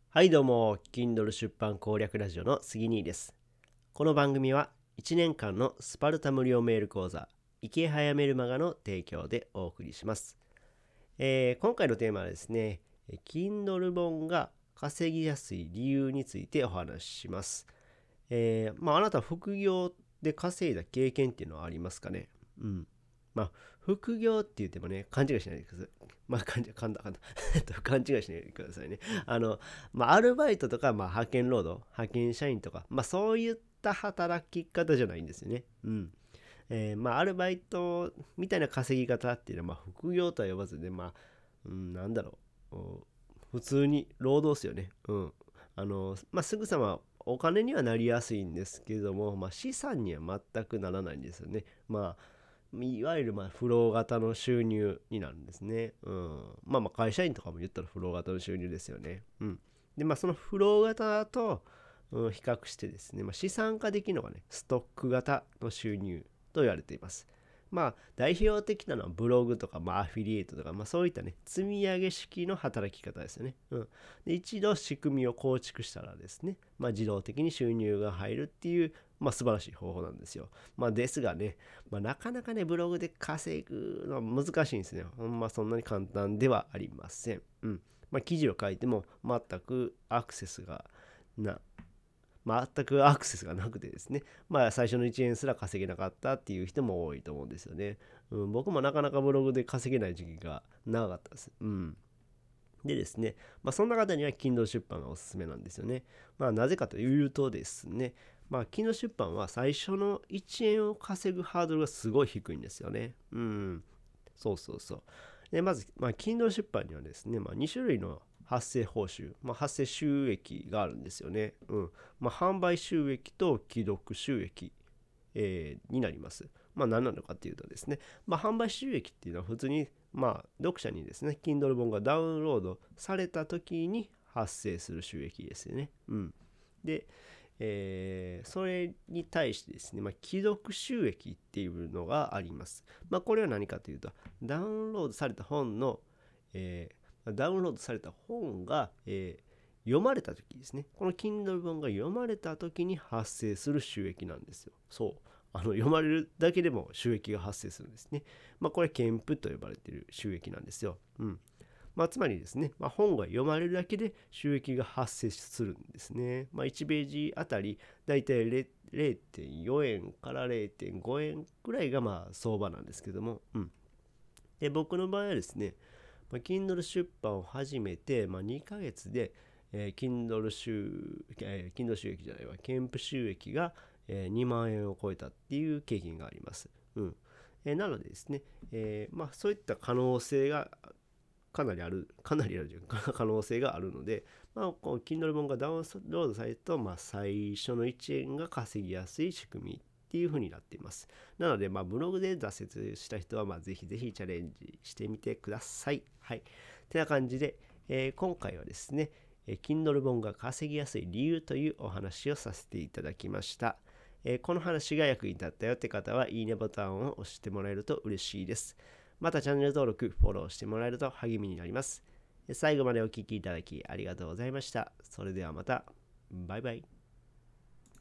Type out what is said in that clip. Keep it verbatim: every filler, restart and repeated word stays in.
はいどうも、Kindle 出版攻略ラジオの杉兄です。この番組はいちねんかんのスパルタ無料メール講座、イケハヤメルマガの提供でお送りします。えー今回のテーマはですね、Kindle 本が稼ぎやすい理由についてお話しします。えーまあ、あなた副業で稼いだ経験っていうのはありますかね。うん。まあ、副業って言ってもね、勘違いしないでください。まあ、勘違い、勘だ、勘だ。えっと勘違いしないでくださいね。あの、まあ、アルバイトとか、まあ、派遣労働、派遣社員とか、まあ、そういった働き方じゃないんですよね。うん。えーまあ、アルバイトみたいな稼ぎ方っていうのは、まあ、副業とは呼ばずで、まあ、うん、なんだろう。普通に労働ですよね。うん。あの、まあ、すぐさまお金にはなりやすいんですけども、まあ、資産には全くならないんですよね。まあ、いわゆるまあフロー型の収入になるんですね。うん。まあまあ会社員とかも言ったらフロー型の収入ですよね。うん。で、まあそのフロー型と、うん、比較してですね、まあ、資産化できるのがね、ストック型の収入と言われています。まあ代表的なのはブログとか、まあ、アフィリエイトとか、まあ、そういったね積み上げ式の働き方ですよね。うん、で一度仕組みを構築したらですね、まあ、自動的に収入が入るっていう、まあ、素晴らしい方法なんですよ。まあ、ですがね、まあ、なかなかねブログで稼ぐのは難しいんですね。ほんまそんなに簡単ではありません。うんまあ、記事を書いても全くアクセスがな全くアクセスがなくてですね、まあ最初のいちえんすら稼げなかったっていう人も多いと思うんですよね。うん、僕もなかなかブログで稼げない時期が長かったです。うん。でですね、まあそんな方には Kindle 出版がおすすめなんですよね。まあなぜかというとですね、まあ Kindle 出版は最初のいちえんを稼ぐハードルがすごい低いんですよね。うん。そうそうそう。で、まず、まあ、Kindle 出版にはですね、まあ、に種類の発生報酬、まあ、発生収益があるんですよね。うん。まあ、販売収益と既読収益、えーになります。まあ、何なのかっていうとですね、まあ、販売収益っていうのは普通に、まあ、読者にですね、Kindle 本がダウンロードされた時に発生する収益ですよね。うん。で、えーそれに対してですね、まあ、既読収益っていうのがあります。まあ、これは何かというと、ダウンロードされた本の、えーダウンロードされた本が、えー読まれた時ですね。この Kindle 本が読まれた時に発生する収益なんですよ。そう。あの読まれるだけでも収益が発生するんですね。まあ、これ、献付と呼ばれている収益なんですよ。うん。まあ、つまりですね、まあ、本が読まれるだけで収益が発生するんですね。まあ、いちページあたりだいたい れいてんよえんから れいてんごえんくらいがまあ相場なんですけども、うん。で、僕の場合はですね、まあ、Kindle 出版を始めて、まあ、にかげつで、えー Kindle 収、えー Kindle 収益じゃないわ、検付収益が、えーにまんえんを超えたっていう経験があります。うん。えーなのでですね、えーまあ、そういった可能性がかなりある、かなりある可能性があるので、まあ、こう Kindle 本がダウンロードされると、まあ、最初のいちえんが稼ぎやすい仕組みっていう風になっています。なので、まあ、ブログで挫折した人は、まあ、ぜひぜひチャレンジしてみてください。はい。てな感じで、えー今回はですね、えー Kindle 本が稼ぎやすい理由というお話をさせていただきました。えーこの話が役に立ったよって方は、いいねボタンを押してもらえると嬉しいです。またチャンネル登録、フォローしてもらえると励みになります。最後までお聴きいただきありがとうございました。それではまた。バイバイ。